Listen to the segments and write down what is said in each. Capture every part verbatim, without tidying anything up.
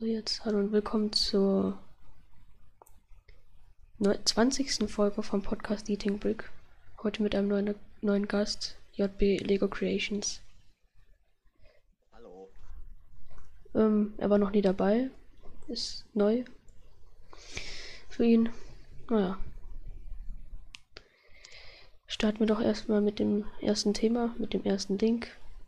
So, jetzt hallo und willkommen zur zwanzigsten Folge vom Podcast Eating Brick. Heute mit einem neuen, neuen Gast, J B Lego Creations. Hallo. Ähm, er war noch nie dabei, ist neu für ihn. Naja. Starten wir doch erstmal mit dem ersten Thema, mit dem ersten Link.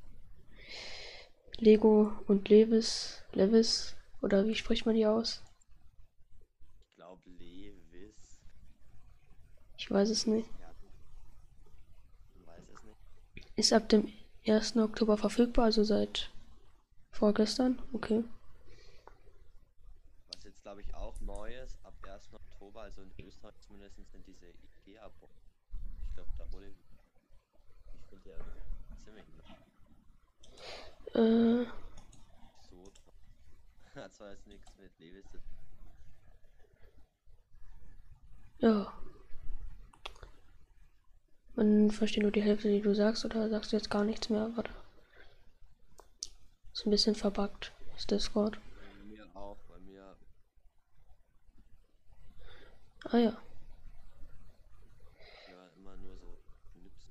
Lego und Levis, Levis, oder wie spricht man die aus? Ich glaube Levis. Ich weiß es nicht. Ja, ich weiß es nicht. Ist ab dem ersten Oktober verfügbar, also seit vorgestern, okay. Was jetzt glaube ich auch neu ist, ab ersten Oktober, also in Österreich zumindest, sind diese IKEA-Boxen. Ich glaube, da wurde. Ich finde ja ziemlich Äh, so teuer. Hat zwar jetzt nichts mit Levis zu tun. ja. Man versteht nur die Hälfte, die du sagst, oder sagst du jetzt gar nichts mehr? Warte. Ist ein bisschen verbuggt, das Discord. Bei mir auch, bei mir. Ah ja. Ich höre immer nur so Knips.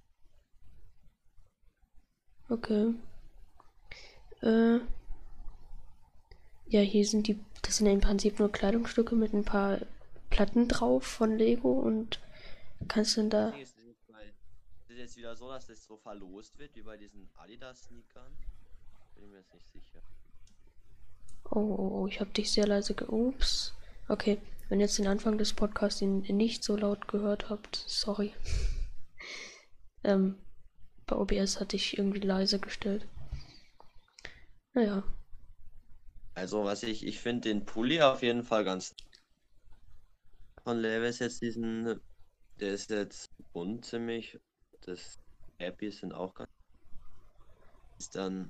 Okay. Äh, ja, hier sind die, das sind im Prinzip nur Kleidungsstücke mit ein paar Platten drauf von Lego und kannst dann Das da. Ding ist, es ist bei- es ist jetzt wieder so, dass das so verlost wird, wie bei diesen Adidas-Sneakern. Bin ich mir jetzt nicht sicher. Oh, oh, oh, ich habe dich sehr leise ge. Ups. Okay, wenn ihr jetzt den Anfang des Podcasts ihn nicht so laut gehört habt, sorry. ähm, bei O B S hatte ich irgendwie leise gestellt. Naja. Also was ich, ich finde den Pulli auf jeden Fall ganz von Levis jetzt diesen, der ist jetzt bunt ziemlich. Das Happy sind auch ganz. Ist dann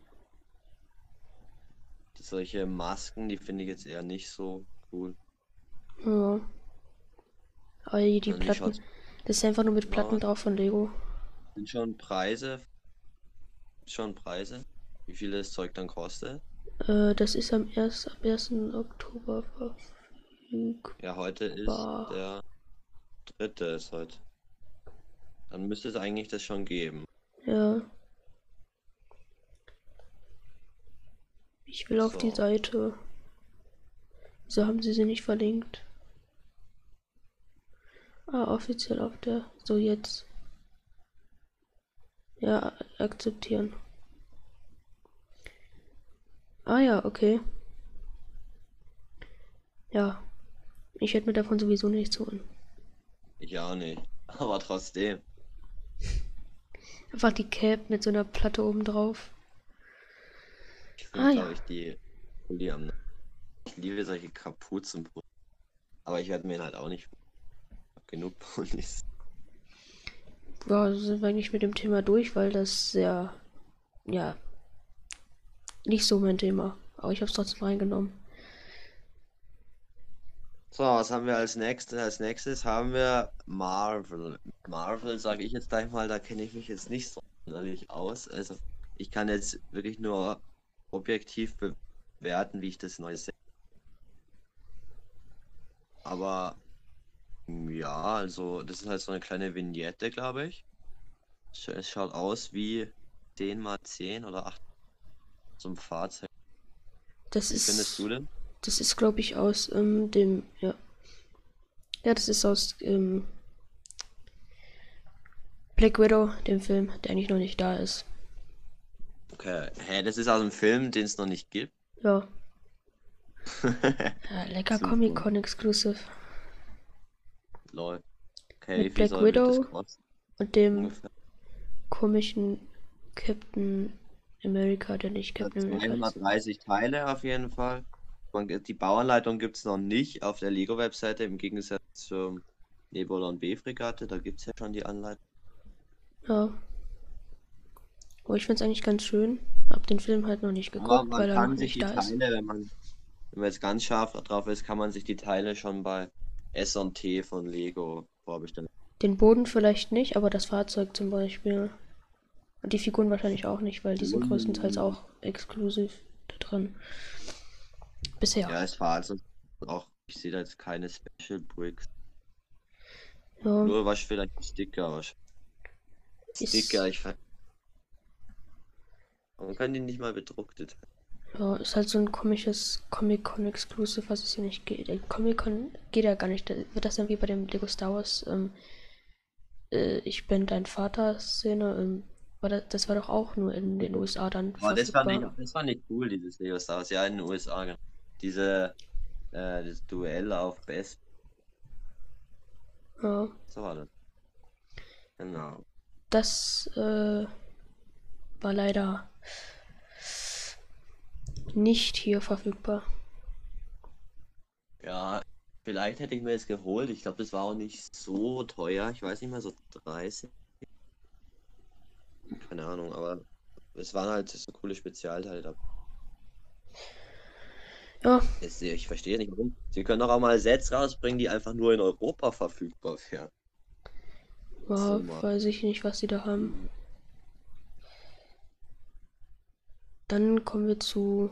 solche Masken, die finde ich jetzt eher nicht so cool. Ja. Aber die, die Und wie Platten, schaut's das ist einfach nur mit Platten aus? drauf von Lego. Sind schon Preise, schon Preise, wie viel das Zeug dann kostet. Äh, das ist am ersten, ab ersten Oktober verfügbar. Ja, heute ist der dritte ist heute. Dann müsste es eigentlich das schon geben. Ja. Ich will auf die So, Seite. Wieso haben sie sie nicht verlinkt? Ah, offiziell auf der. So, jetzt. Ja, akzeptieren. Ah ja, okay. Ja. Ich hätte mir davon sowieso nichts holen. ich auch nicht. Aber trotzdem. Einfach die Cap mit so einer Platte oben drauf. Ich Ah finde, ja. glaube ich, die Pulli am. Ich liebe solche Kapuzen. Aber ich werde mir halt auch nicht genug Pullis. Ja, so sind wir eigentlich mit dem Thema durch, weil das sehr, ja, nicht so mein Thema. Aber ich habe es trotzdem reingenommen. So, was haben wir als nächstes? Als nächstes haben wir Marvel. Marvel, sage ich jetzt gleich mal, da kenne ich mich jetzt nicht so sonderlich aus. Also ich kann jetzt wirklich nur objektiv bewerten, wie ich das neu sehe. Aber ja, also das ist halt so eine kleine Vignette, glaube ich. Sch- Es schaut aus wie zehn mal zehn oder acht zum Fahrzeug. Das Wie findest ist, du denn? das ist, glaube ich, aus ähm, dem, ja, ja, das ist aus ähm, Black Widow, dem Film, der eigentlich noch nicht da ist. Okay, hä, das ist aus einem Film, den es noch nicht gibt. Ja, ja lecker Super. Comic-Con Exclusive. Lol. Okay, wie Mit viel Black soll wird das Widow kosten? und dem Ungefähr. komischen Captain America, der nicht Ja, Captain America ist. zweihundertdreißig Teile auf jeden Fall. Man, die Bauanleitung gibt es noch nicht auf der Lego-Webseite, im Gegensatz zur Nebulon B-Fregatte. Da gibt es ja schon die Anleitung. Ja, aber ich finde es eigentlich ganz schön. Hab den Film halt noch nicht Aber geguckt, man weil er noch kann sich nicht die da ist. Teile, wenn man, wenn man jetzt ganz scharf drauf ist, kann man sich die Teile schon bei S und T von Lego vorbestellen. Den Boden vielleicht nicht, aber das Fahrzeug zum Beispiel. Und die Figuren wahrscheinlich auch nicht, weil die sind größtenteils Und auch exklusiv da drin. Bisher. Ja, es war also auch, ich sehe da jetzt keine Special Bricks. Ja, Nur was vielleicht Sticker. Was Sticker, ist, ich ver- man kann die nicht mal bedruckte. ja, ist halt so ein komisches Comic-Con-Exclusive, was es hier nicht geht. Der Comic-Con geht ja gar nicht. Da wird das dann wie bei dem Lego Star Wars, ähm, äh, ich bin dein Vater-Szene, ähm, war das, das war doch auch nur in den U S A dann Aber das fand ich, verfügbar. das fand ich cool, dieses Lego Star Wars. Ja, in den U S A, genau. Diese, äh, das Duell auf Best, Ja, so war das. Genau. das äh, war leider nicht hier verfügbar. Ja, vielleicht hätte ich mir das geholt. Ich glaube, das war auch nicht so teuer. Ich weiß nicht mal, so dreißig. Keine Ahnung, aber es waren halt so coole Spezialteile dabei. Ja, Es- Ich verstehe nicht warum. Sie können doch auch mal Sets rausbringen, die einfach nur in Europa verfügbar wären. ja, So mal. weiß ich nicht, was sie da haben. Dann kommen wir zu,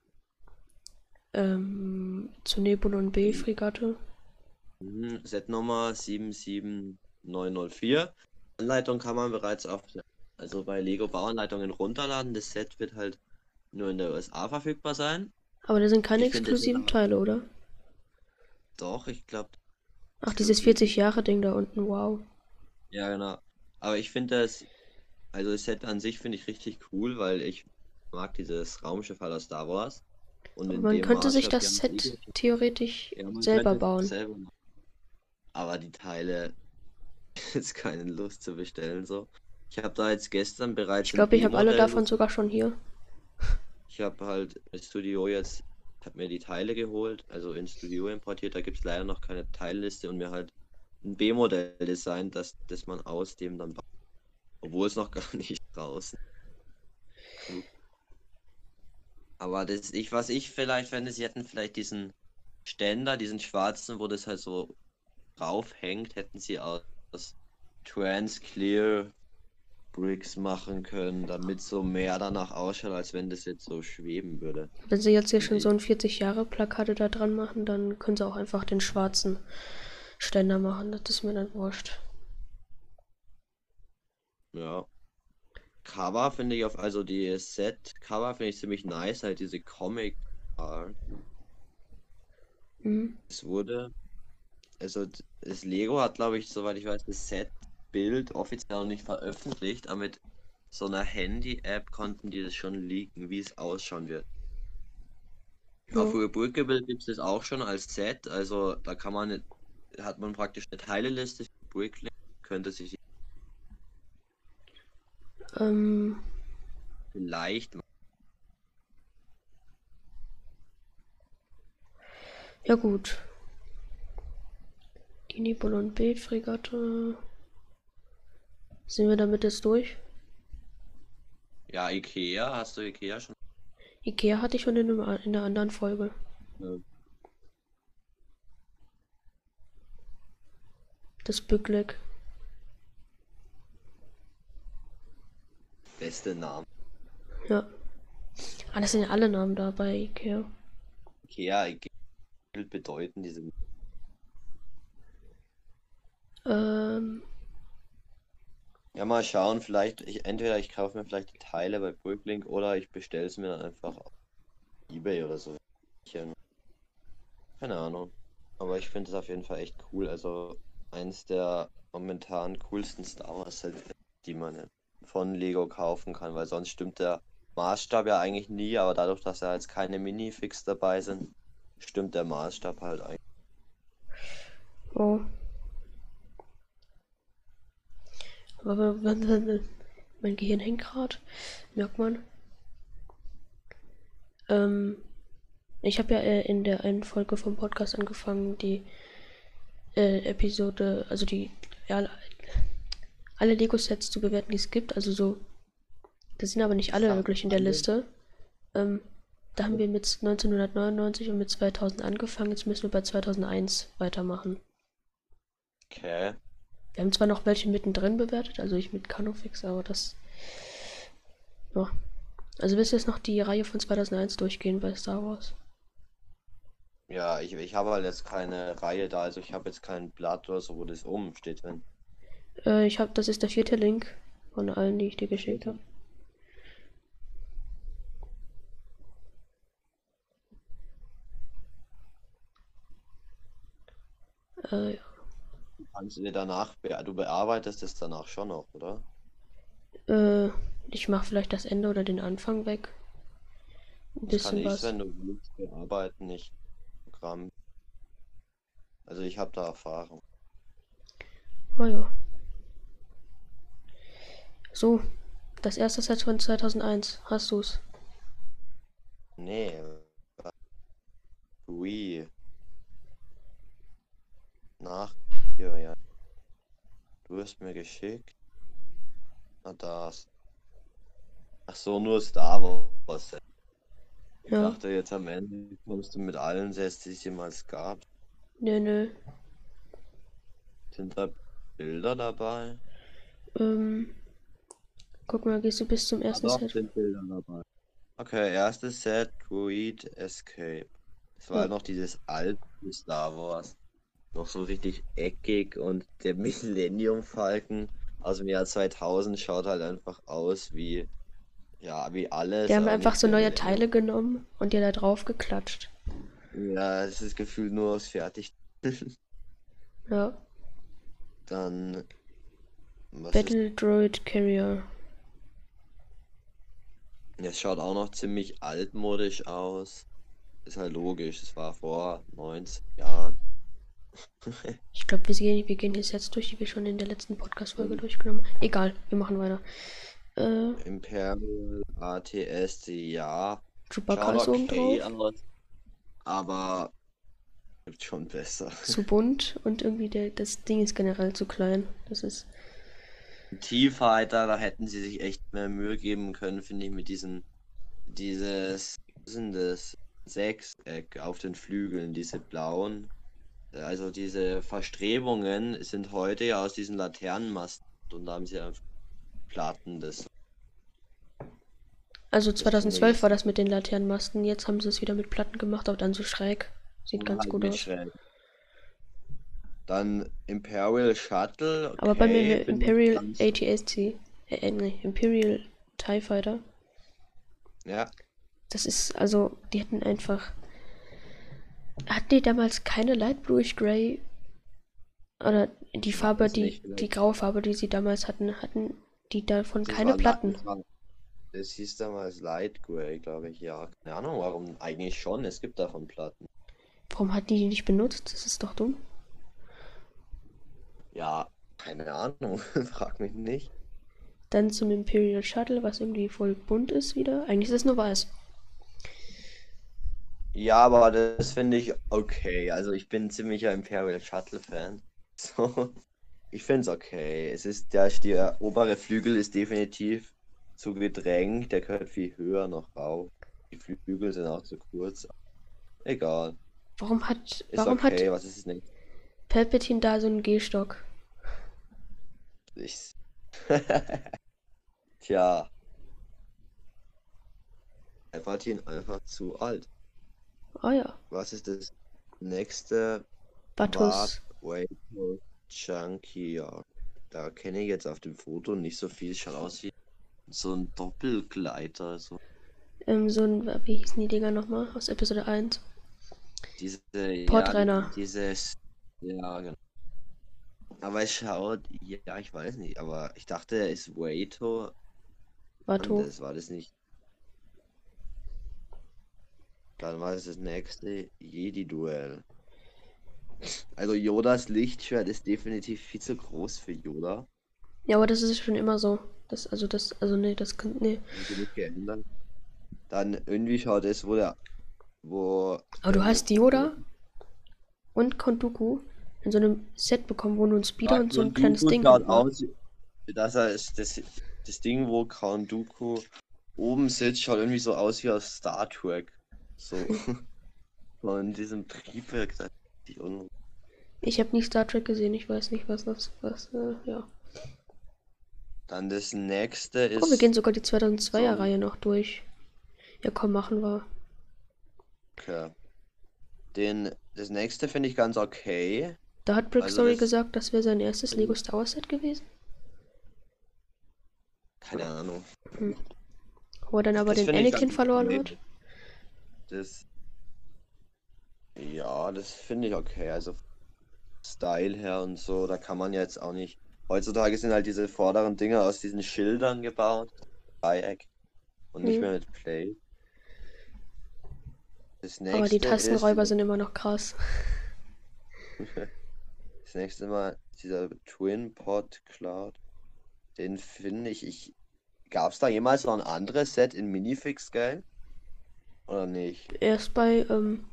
ähm, zu Nebulon B-Fregatte. Mhm, Setnummer sieben sieben neun null vier. Anleitung kann man bereits auf, also bei Lego Bauanleitungen runterladen. Das Set wird halt nur in der U S A verfügbar sein. Aber da sind keine Ich finde es exklusiven aber Teile, oder? doch, ich glaube, Ach, dieses vierzig Jahre Ding da unten, wow. ja, genau. Aber ich finde das, also das Set an sich finde ich richtig cool, weil ich mag dieses Raumschiff halt aus Star Wars. Und Aber in man dem könnte sich Maßstab, die das haben Set Lego, theoretisch ja, man selber könnte es bauen. selber machen. Aber die Teile, jetzt keine Lust zu bestellen, so. Ich habe da jetzt gestern Ich bereits ein glaube, ich habe alle B-Modell, davon das sogar schon hier. ich habe halt im Studio jetzt, habe mir die Teile geholt, also ins Studio importiert. Da gibt es leider noch keine Teilliste und mir halt ein B-Modell designt, dass, dass man aus dem dann baut. Obwohl es noch gar nicht draußen ist. Aber das, ich, was ich vielleicht fände, sie hätten vielleicht diesen Ständer, diesen schwarzen, wo das halt so draufhängt, hätten sie aus Trans Clear Bricks machen können, damit so mehr danach ausschaut, als wenn das jetzt so schweben würde. Wenn sie jetzt hier Finde schon so ich. ein vierzig Jahre Plakate da dran machen, dann können sie auch einfach den schwarzen Ständer machen. Das ist mir dann wurscht. Ja. Cover finde ich auf, also die Set-Cover finde ich ziemlich nice, halt diese Comic Art. Mhm. Es wurde, also d- das Lego hat, glaube ich, soweit ich weiß, das Set-Bild offiziell noch nicht veröffentlicht, aber mit so einer Handy-App konnten die das schon leaken, wie es ausschauen wird. Auf Ja. Rebuildable gibt es das auch schon als Set, also da kann man, hat man praktisch eine Teileliste für Bricklink, könnte sich Ähm, vielleicht, ja gut. Die Nebulon B-Fregatte. Sind wir damit jetzt durch? ja, Ikea, hast du Ikea schon? Ikea hatte ich schon in, einem, in einer anderen Folge. Ja. Das Bückleck. Beste Name. Ja. Ah, das sind ja alle Namen da bei Ikea. Ikea, Ikea will bedeuten, diese. Ähm, Ja, mal schauen, vielleicht, ich, entweder ich kaufe mir vielleicht die Teile bei Bricklink oder ich bestelle es mir dann einfach auf eBay oder so. Ich, ähm, keine Ahnung. Aber ich finde es auf jeden Fall echt cool. Also eins der momentan coolsten Star Wars Sets, die man von Lego kaufen kann, weil sonst stimmt der Maßstab ja eigentlich nie, aber dadurch, dass da jetzt keine Minifix dabei sind, stimmt der Maßstab halt eigentlich. oh. Aber wenn, wenn, wenn, mein Gehirn hängt gerade, merkt man. Ähm, ich habe ja äh, in der einen Folge vom Podcast angefangen, die äh, Episode, also die, ja, alle Lego-Sets zu bewerten, die es gibt. Also so, das sind aber nicht alle wirklich in der Liste. Ähm, da haben wir mit neunzehnhundertneunundneunzig und mit zweitausend angefangen. Jetzt müssen wir bei zweitausendeins weitermachen. Okay. Wir haben zwar noch welche mittendrin bewertet, also ich mit Canofix, aber das. Ja. Also willst du jetzt noch die Reihe von zweitausendeins durchgehen bei Star Wars? Ja, ich, ich habe halt jetzt keine Reihe da, also ich habe jetzt kein Blatt oder so, wo das oben steht drin. Äh, ich habe, das ist der vierte Link von allen, die ich dir geschickt habe. Äh, Kannst du dir danach, be du bearbeitest es danach schon noch, oder? äh, ich mache vielleicht das Ende oder den Anfang weg. Ein Das kann bisschen ich, was. wenn du willst, bearbeiten, nicht Programm. Also ich habe da Erfahrung. Oh ja. So, das erste Set von zweitausendeins. Hast du's? Nee, Wii. Nach. Ja, ja. Du hast mir geschickt. Na das. Ach so, nur Star Wars. Ich Ja. dachte jetzt am Ende kommst du mit allen Sets, die es jemals gab. Nö, nö. Sind da Bilder dabei? Ähm, guck mal, gehst du bis zum Ah ersten doch, Set? sind Bilder dabei. Okay, erstes Set, Greed Escape. Das war Ja. halt noch dieses alte Star Wars. Noch so richtig eckig und der Millennium Falcon aus dem Jahr zweitausend schaut halt einfach aus wie, ja, wie Die alles, haben aber einfach nicht so der neue Millennium. Teile genommen und dir da drauf geklatscht. Ja, es ist gefühlt nur aus fertig. Ja. Dann, was ist, Battle Droid Carrier. es schaut auch noch ziemlich altmodisch aus. Ist halt logisch, es war vor neunzig Jahren. Ich glaube, wir gehen, wir gehen jetzt jetzt durch, die wir schon in der letzten Podcast-Folge durchgenommen haben. Egal, wir machen weiter. Äh, Imperial A T S, ja, Chewbacca schaut ist oben okay drauf. aus, aber gibt schon besser. Zu bunt und irgendwie der, das Ding ist generell zu klein. Das ist. T-Fighter, da hätten sie sich echt mehr Mühe geben können, finde ich, mit diesen, dieses, was sind das? Sechseck auf den Flügeln, diese blauen. Also diese Verstrebungen sind heute ja aus diesen Laternenmasten und da haben sie einfach Platten, das, Also das finde ich zweitausendzwölf war jetzt das mit den Laternenmasten. Jetzt haben sie es wieder mit Platten gemacht, aber dann so schräg. Sieht ganz halt gut mit aus. schräg. Dann Imperial Shuttle, Aber bei okay, mir finde ich Imperial ganz, A T S T, äh, nee, Imperial TIE Fighter, ja, das ist, also, die hatten einfach. Hatten die damals keine Light Bluish Gray? Oder die ich Farbe, weiß die, nicht, die vielleicht, graue Farbe, die sie damals hatten, hatten die davon das keine war, La- Platten. das war, das hieß damals Light Gray, glaube ich, ja, keine Ahnung, warum, eigentlich schon, es gibt davon Platten. Warum hat die die nicht benutzt? Das ist doch dumm. Ja, keine Ahnung, frag mich nicht. Dann zum Imperial Shuttle, was irgendwie voll bunt ist wieder. Eigentlich ist es nur weiß. Ja, aber das finde ich okay. Also ich bin ziemlicher Imperial Shuttle Fan. So, ich finde es okay. Es ist der, der obere Flügel ist definitiv zu gedrängt. Der gehört viel höher noch rauf. Die Flügel sind auch zu kurz. Egal. Warum hat, Ist warum hat okay. Was ist es nicht? Palpatine da so einen Gehstock? Ich... Tja, Palpatine einfach zu alt. Ah ja, Was ist das nächste? Wart, Batus. Waco, Junkyard. Da kenne ich jetzt auf dem Foto nicht so viel. Schaut aus wie so ein Doppelgleiter. So. Ähm, so ein, wie hießen die Dinger nochmal aus Episode eins? Diese, ja, Portrenner. dieses, ja, genau. Aber es schaut, ja, ich weiß nicht, aber ich dachte, er ist Waito Batu. anders. War das nicht? Dann war es das nächste Jedi-Duell. Also Yodas Lichtschwert ist definitiv viel zu groß für Yoda. Ja, aber das ist schon immer so. Das, also das, also nee, das kann, nee. Haben sie nicht geändert. Dann irgendwie schaut es, wo der, wo Aber du der hast Yoda und Count Dooku in so einem Set bekommen, wo nur ein Speeder und so ein Count kleines Dooku Ding schaut hinten war. aus, dass er ist das, das Ding, wo Count Dooku oben sitzt, schaut irgendwie so aus wie aus Star Trek. So von diesem Triebwerk. Das ist die Un- Ich habe nie Star Trek gesehen, ich weiß nicht, was das, was, äh, ja. Dann das nächste Oh, wir gehen ist sogar die zweitausendzweier so Reihe noch durch. Ja, komm, machen wir. okay. Den, das nächste finde ich ganz okay. Da hat Brick Also Story das, gesagt, das wäre sein erstes Lego Star Wars Set gewesen. keine Ahnung. Hm. Wo er dann aber Das den finde ich Anakin ganz verloren okay. hat. Das, ja, das finde ich okay. Also Style her und so, da kann man jetzt auch nicht. Heutzutage sind halt diese vorderen Dinger aus diesen Schildern gebaut. Dreieck. Und nicht Hm. mehr mit Play. Das Aber die nächste ist Tastenräuber dieser, sind immer noch krass. das nächste Mal dieser Twin Pod Cloud. Den finde ich, ich. Gab es da jemals noch ein anderes Set in Minifix Scale? Oder nicht? Erst bei, ähm,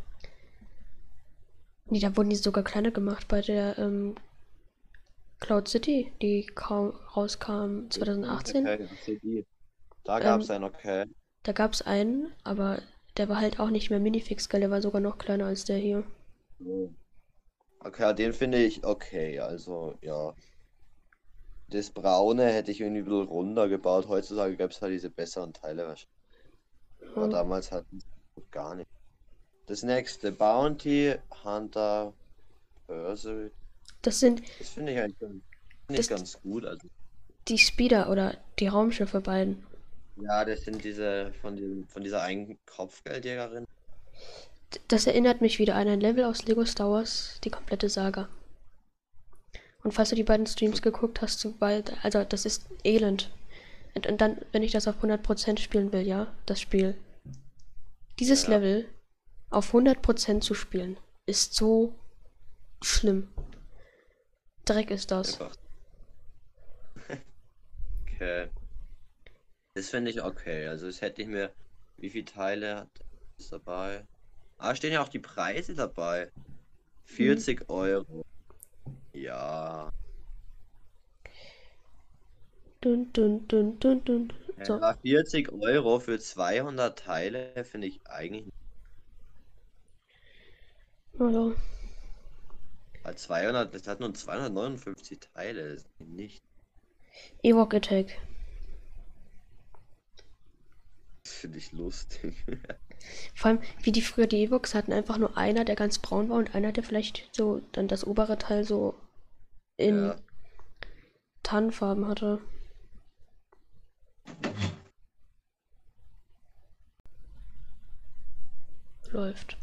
nee, da wurden die sogar kleiner gemacht bei der, ähm, Cloud City, die kaum rauskam zwanzig achtzehn. Okay, ach so, die. Da gab es Ähm, einen, okay. Da gab es einen, aber der war halt auch nicht mehr Minifix-Scale, der war sogar noch kleiner als der hier. Oh. Okay, den finde ich okay. Also, ja. Das Braune hätte ich irgendwie ein bisschen runder gebaut. Heutzutage gab es halt diese besseren Teile wahrscheinlich. Aber Ja. damals hatten sie gar nicht. Das nächste, Bounty Hunter Pursuit. Das sind Das finde ich eigentlich ganz, finde ich das, ganz gut. Also, die Speeder oder die Raumschiffe beiden. ja, das sind diese von dem, von dieser einen Kopfgeldjägerin. Das erinnert mich wieder an ein Level aus Lego Star Wars, die komplette Saga. Und falls du die beiden Streams geguckt hast, so bald, also das ist elend. Und, und dann, wenn ich das auf hundert Prozent spielen will, ja, das Spiel. Dieses Ja, Level auf hundert Prozent zu spielen, ist so schlimm. Dreck ist das. einfach. Okay. Das finde ich okay. Also, das hätte ich mir. Wie viele Teile hat es dabei? Ah, stehen ja auch die Preise dabei. Hm. vierzig Euro. Ja. Dun, dun, dun, dun, dun. So, Ja, vierzig Euro für zweihundert Teile finde ich eigentlich. also, Weil zweihundert, das hat nur zweihundertneunundfünfzig Teile. Das ist nicht. Ewok Attack. Das finde ich lustig. Vor allem, wie die früher die Ewoks hatten, einfach nur einer, der ganz braun war und einer, der vielleicht so dann das obere Teil so in Ja. Tannenfarben hatte. Läuft.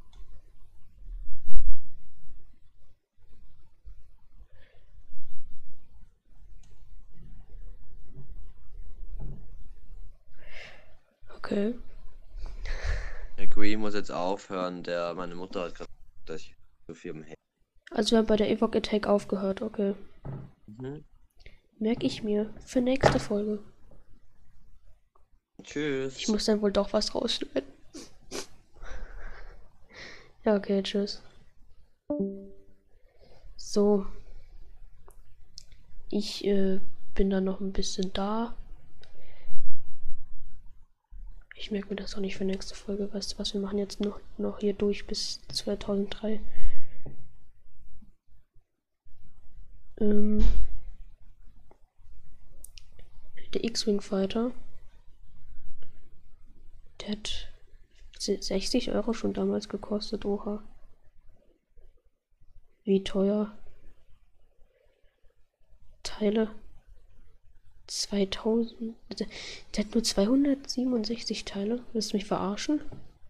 Okay. Der Green muss jetzt aufhören. Der, meine Mutter hat gerade, dass ich so viel im Handy. Also wir haben bei der Ewok Attack aufgehört, okay. Mhm. Merke ich mir für nächste Folge. Tschüss. Ich muss dann wohl doch was rausschneiden. Ja, okay, tschüss. So. Ich äh, bin dann noch ein bisschen da. Ich merke mir das auch nicht für nächste Folge. Weißt du was, wir machen jetzt noch, noch hier durch bis zweitausenddrei. Ähm, der X-Wing Fighter. Der hat sechzig Euro schon damals gekostet. Oha. Wie teuer. Teile. zweitausend. Der, der hat nur zweihundertsiebenundsechzig Teile. Willst du mich verarschen?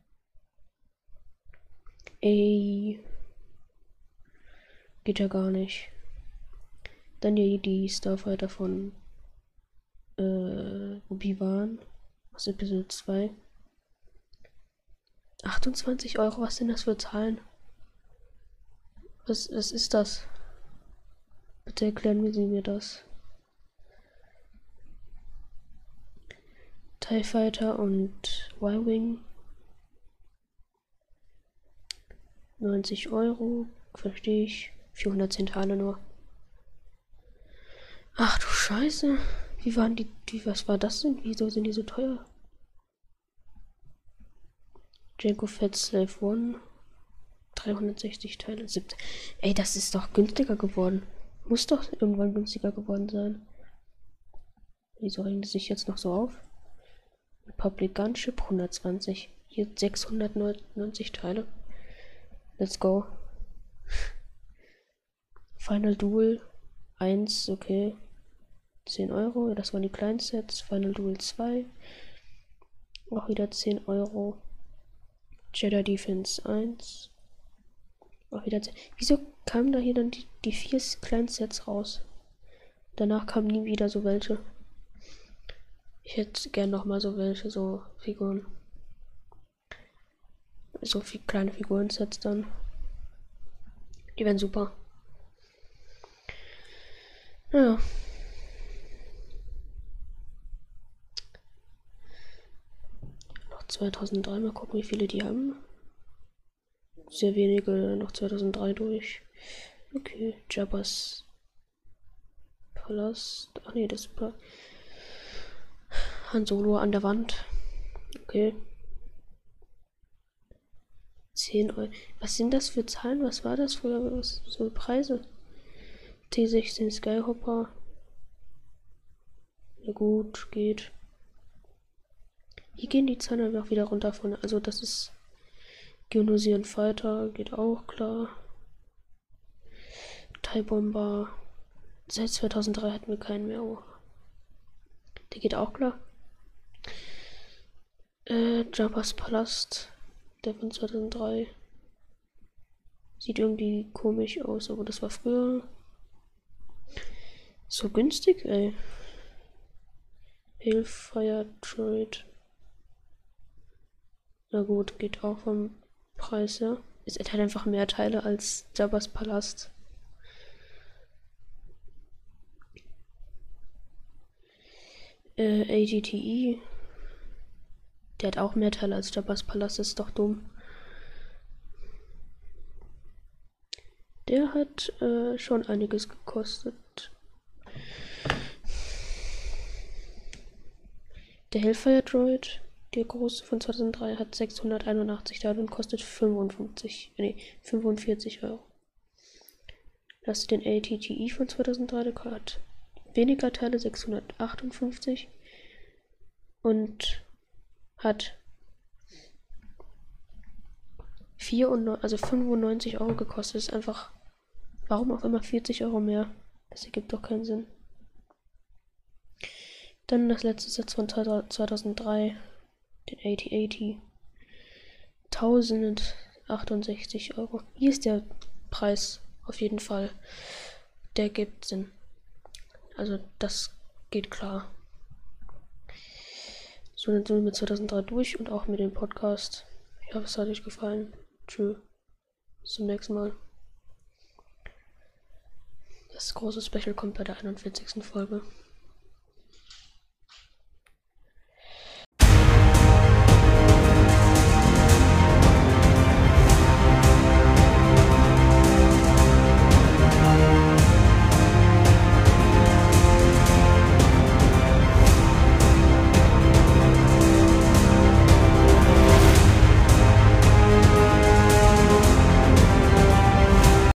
Ey. Geht ja gar nicht. Dann hier die Starfighter von äh, Obi-Wan aus Episode zwei. achtundzwanzig Euro, was sind das für Zahlen? Was, was ist das? Bitte erklären Sie mir das. TIE Fighter und Y-Wing. neunzig Euro, verstehe ich. vierhundertzehn Teile nur. Ach du Scheiße. Wie waren die, die, was war das denn? Wieso sind die so teuer? Jango Fett Slave One. dreihundertsechzig Teile. siebzehn. Ey, das ist doch günstiger geworden. Muss doch irgendwann günstiger geworden sein. Wieso regen die sich jetzt noch so auf? Republic Gunship hundertzwanzig. Hier sechshundertneunzig Teile. Let's go. Final Duel eins, okay. zehn Euro, das waren die kleinen Sets. Final Duel zwei. Auch wieder zehn Euro. Jedi Defense eins. Auch wieder zehn. Wieso kamen da hier dann die, die vier kleinen Sets raus? Danach kamen nie wieder so welche. Ich hätte gern nochmal so welche, so Figuren. So viel kleine Figuren-Sets dann. Die wären super. Naja. Noch zweitausenddrei, mal gucken, wie viele die haben. Sehr wenige, noch zweitausenddrei durch. Okay, Jabba's Palast. Ach nee, das war Han Solo an der Wand. Okay. zehn Euro. Was sind das für Zahlen? Was war das für was, so Preise? T sechzehn Skyhopper. Ja gut, geht. Hier gehen die Zahlen einfach wieder runter von. Also das ist Geonosian Fighter, geht auch klar. TIE Bomber. Seit zweitausenddrei hatten wir keinen mehr. Oh. Der geht auch klar. Äh, Jabba's Palast. Der von zweitausenddrei. Sieht irgendwie komisch aus, aber das war früher. So günstig, ey. Hellfire Droid. Na gut, geht auch vom Preis her. Es hat halt einfach mehr Teile als Jabba's Palast. Äh, A G T E. Der hat auch mehr Teile als Jabba's Palast, ist doch dumm. Der hat äh, schon einiges gekostet. Der Hellfire Droid, der große von zweitausenddrei, hat sechshunderteinundachtzig Teile und kostet fünfundfünfzig, nee, fünfundvierzig Euro. Das ist den A T T E von zweitausenddrei, der hat weniger Teile, sechshundertachtundfünfzig. Und hat vierundneunzig, also fünfundneunzig Euro gekostet. Das ist einfach, warum auch immer vierzig Euro mehr. Das ergibt doch keinen Sinn. Dann das letzte Set von zweitausenddrei, den A T achtzig. tausendachtundsechzig Euro. Hier ist der Preis auf jeden Fall. Der gibt Sinn. Also das geht klar. So, dann sind wir mit zweitausenddrei durch und auch mit dem Podcast. Ich hoffe, es hat euch gefallen. Tschö. Bis zum nächsten Mal. Das große Special kommt bei der einundvierzigsten Folge.